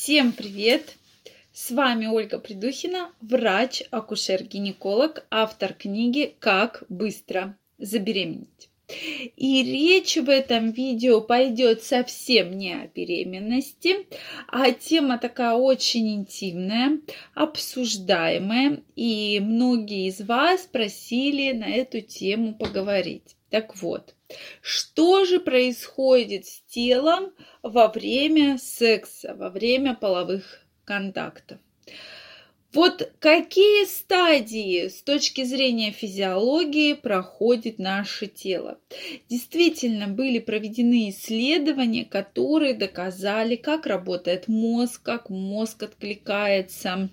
Всем привет! С вами Ольга Придухина, врач, акушер-гинеколог, автор книги «Как быстро забеременеть». И речь в этом видео пойдет совсем не о беременности, а тема такая очень интимная, обсуждаемая, и многие из вас просили на эту тему поговорить. Так вот, что же происходит с телом во время секса, во время половых контактов? Вот какие стадии с точки зрения физиологии проходит наше тело? Действительно, были проведены исследования, которые доказали, как работает мозг, как мозг откликается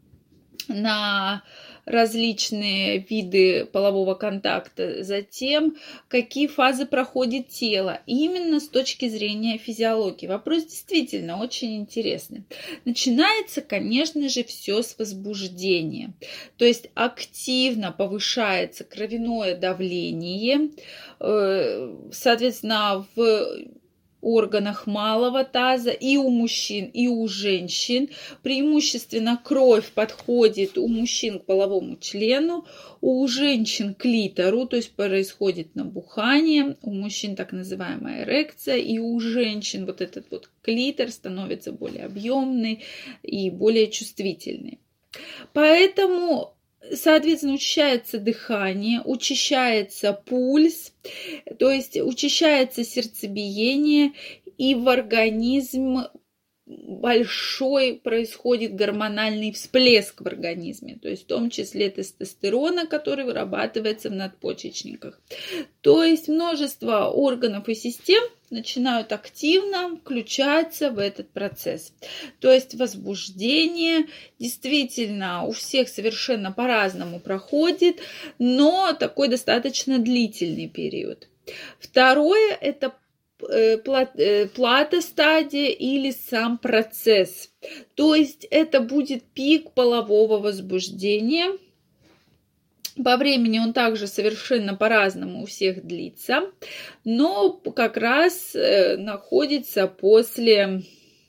на различные виды полового контакта, затем какие фазы проходит тело, именно с точки зрения физиологии. Вопрос действительно очень интересный. Начинается, конечно же, все с возбуждения, то есть активно повышается кровяное давление, соответственно, в органах малого таза и у мужчин, и у женщин. Преимущественно кровь подходит у мужчин к половому члену, у женщин к клитору, то есть происходит набухание, у мужчин так называемая эрекция, и у женщин вот этот вот клитор становится более объемный и более чувствительный. Поэтому, соответственно, учащается дыхание, учащается пульс, то есть учащается сердцебиение, и в организм большой происходит гормональный всплеск в организме, то есть в том числе тестостерона, который вырабатывается в надпочечниках. То есть множество органов и систем начинают активно включаться в этот процесс. То есть возбуждение действительно у всех совершенно по-разному проходит, но такой достаточно длительный период. Второе – это плата-стадия или сам процесс. То есть это будет пик полового возбуждения. По времени он также совершенно по-разному у всех длится, но как раз находится после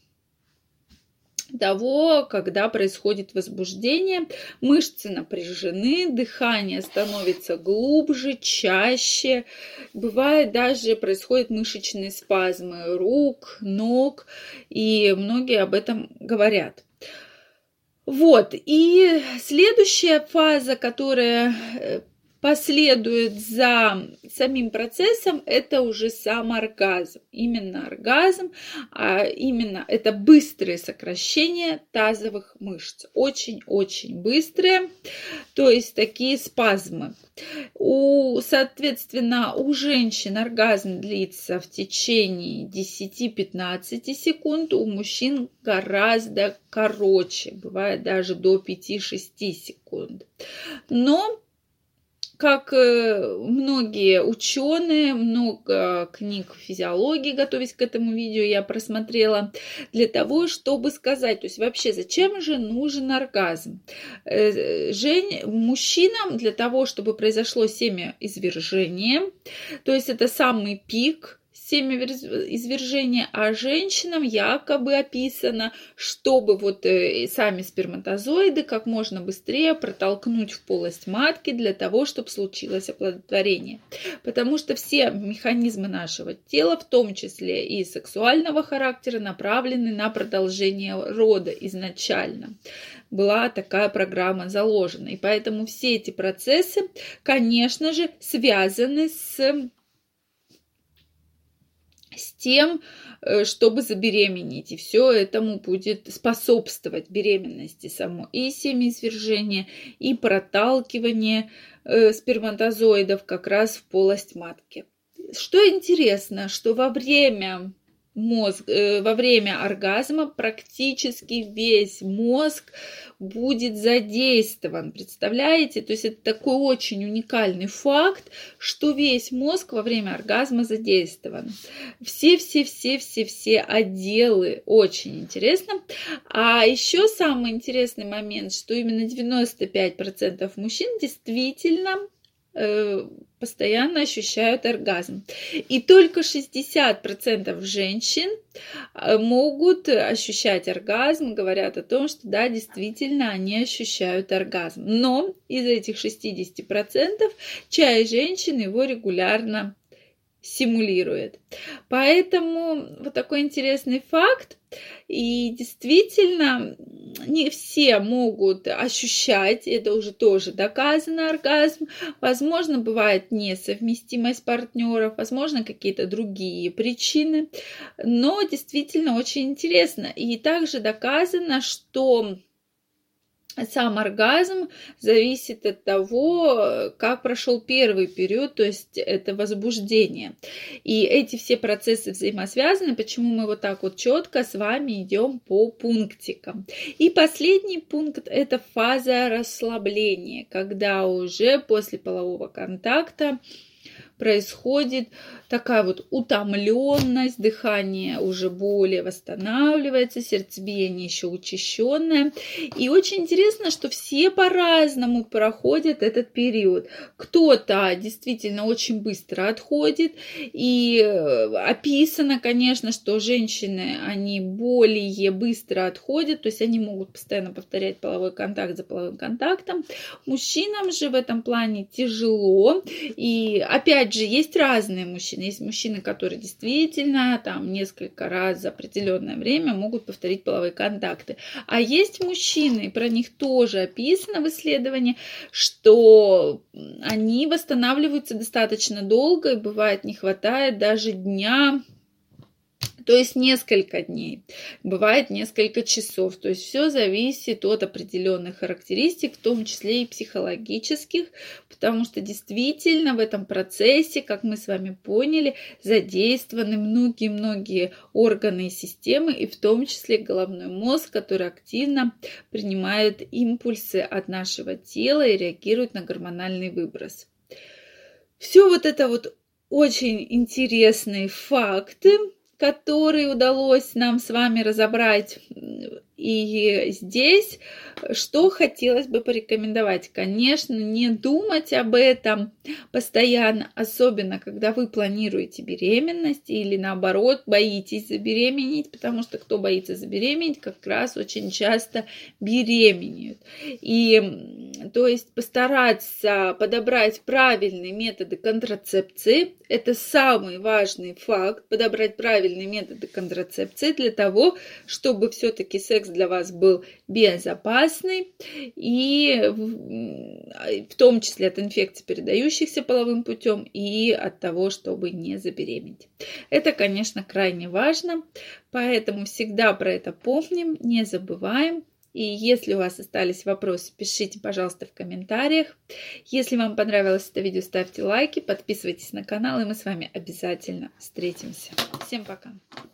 того, когда происходит возбуждение, мышцы напряжены, дыхание становится глубже, чаще, бывает даже происходят мышечные спазмы рук, ног, и многие об этом говорят. Вот, и следующая фаза, которая последует за самим процессом, это уже сам оргазм. Именно оргазм, а именно это быстрые сокращения тазовых мышц. Очень-очень быстрые, то есть такие спазмы. Соответственно, у женщин оргазм длится в течение 10-15 секунд, у мужчин гораздо короче, бывает даже до 5-6 секунд. Но как многие ученые, много книг физиологии, готовясь к этому видео, я просмотрела для того, чтобы сказать, то есть вообще зачем же нужен оргазм? Мужчинам для того, чтобы произошло семяизвержение, то есть это самый пик семяизвержения, а женщинам якобы описано, чтобы вот сами сперматозоиды как можно быстрее протолкнуть в полость матки для того, чтобы случилось оплодотворение. Потому что все механизмы нашего тела, в том числе и сексуального характера, направлены на продолжение рода изначально. Была такая программа заложена. И поэтому все эти процессы, конечно же, связаны с тем, чтобы забеременеть. И все этому будет способствовать беременности само и семяизвержение, и проталкивание сперматозоидов как раз в полость матки. Что интересно, что во время оргазма практически весь мозг будет задействован. Представляете? То есть это такой очень уникальный факт, что весь мозг во время оргазма задействован. Все отделы. Очень интересно. А еще самый интересный момент, что именно 95% мужчин действительно постоянно ощущают оргазм. И только 60% женщин могут ощущать оргазм, говорят о том, что да, действительно, они ощущают оргазм. Но из этих 60% часть женщин его регулярно симулирует. Поэтому вот такой интересный факт. И действительно, не все могут ощущать, это уже тоже доказано, оргазм. Возможно, бывает несовместимость партнеров, возможно, какие-то другие причины. Но действительно очень интересно. И также доказано, что сам оргазм зависит от того, как прошел первый период, то есть это возбуждение. И эти все процессы взаимосвязаны, почему мы вот так вот четко с вами идем по пунктикам. И последний пункт – это фаза расслабления, когда уже после полового контакта происходит такая вот утомленность, дыхание уже более восстанавливается, сердцебиение еще учащенное. И очень интересно, что все по-разному проходят этот период. Кто-то действительно очень быстро отходит, и описано, конечно, что женщины, они более быстро отходят, то есть они могут постоянно повторять половой контакт за половым контактом. Мужчинам же в этом плане тяжело, и опять же, есть разные мужчины. Есть мужчины, которые действительно там несколько раз за определенное время могут повторить половые контакты. А есть мужчины, про них тоже описано в исследовании, что они восстанавливаются достаточно долго, и бывает не хватает даже дня, то есть несколько дней, бывает несколько часов. То есть все зависит от определенных характеристик, в том числе и психологических, потому что действительно в этом процессе, как мы с вами поняли, задействованы многие-многие органы и системы, и в том числе головной мозг, который активно принимает импульсы от нашего тела и реагирует на гормональный выброс. Все вот это вот очень интересные факты, которые удалось нам с вами разобрать. И здесь что хотелось бы порекомендовать? Конечно, не думать об этом постоянно, особенно когда вы планируете беременность или наоборот боитесь забеременеть, потому что кто боится забеременеть, как раз очень часто беременеют. И то есть постараться подобрать правильные методы контрацепции. Это самый важный факт, подобрать правильные методы контрацепции для того, чтобы все-таки секс для вас был безопасный и в том числе от инфекций, передающихся половым путем, и от того, чтобы не забеременеть. Это, конечно, крайне важно, поэтому всегда про это помним, не забываем. И если у вас остались вопросы, пишите, пожалуйста, в комментариях. Если вам понравилось это видео, ставьте лайки, подписывайтесь на канал, и мы с вами обязательно встретимся. Всем пока!